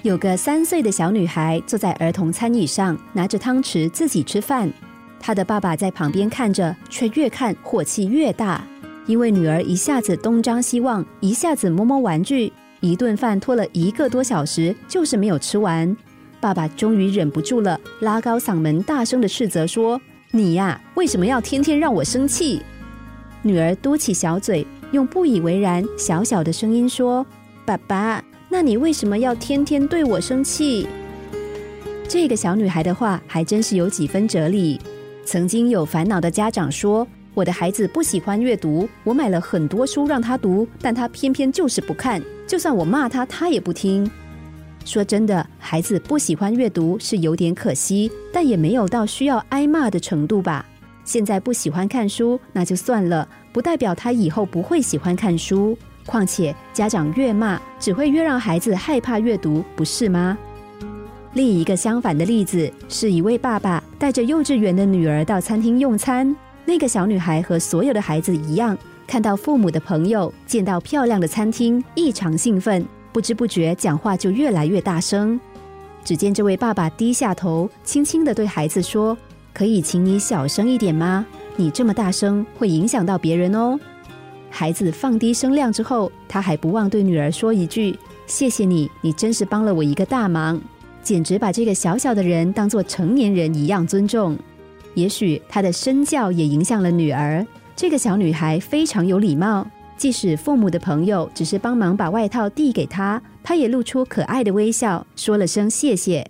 有个3岁的小女孩坐在儿童餐椅上，拿着汤匙自己吃饭。她的爸爸在旁边看着，却越看火气越大，因为女儿一下子东张西望，一下子摸摸玩具，一顿饭拖了1个多小时，就是没有吃完。爸爸终于忍不住了，拉高嗓门大声地斥责说：你呀，为什么要天天让我生气？女儿嘟起小嘴，用不以为然小小的声音说：爸爸，那你为什么要天天对我生气？这个小女孩的话还真是有几分哲理。曾经有烦恼的家长说，我的孩子不喜欢阅读，我买了很多书让他读，但他偏偏就是不看，就算我骂他，他也不听。说真的，孩子不喜欢阅读是有点可惜，但也没有到需要挨骂的程度吧。现在不喜欢看书，那就算了，不代表他以后不会喜欢看书。况且家长越骂，只会越让孩子害怕阅读，不是吗？另一个相反的例子是一位爸爸带着幼稚园的女儿到餐厅用餐，那个小女孩和所有的孩子一样，看到父母的朋友，见到漂亮的餐厅，异常兴奋，不知不觉讲话就越来越大声。只见这位爸爸低下头，轻轻地对孩子说：可以请你小声一点吗？你这么大声会影响到别人哦。孩子放低声量之后，他还不忘对女儿说一句：谢谢你，你真是帮了我一个大忙。简直把这个小小的人当作成年人一样尊重。也许他的身教也影响了女儿，这个小女孩非常有礼貌，即使父母的朋友只是帮忙把外套递给她，她也露出可爱的微笑，说了声谢谢。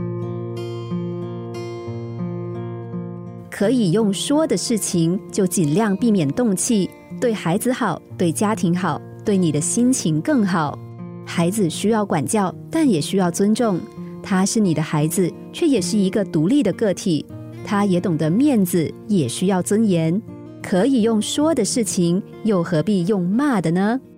可以用说的事情，就尽量避免动气，对孩子好，对家庭好，对你的心情更好。孩子需要管教，但也需要尊重。他是你的孩子，却也是一个独立的个体，他也懂得面子，也需要尊严。可以用说的事情，又何必用骂的呢？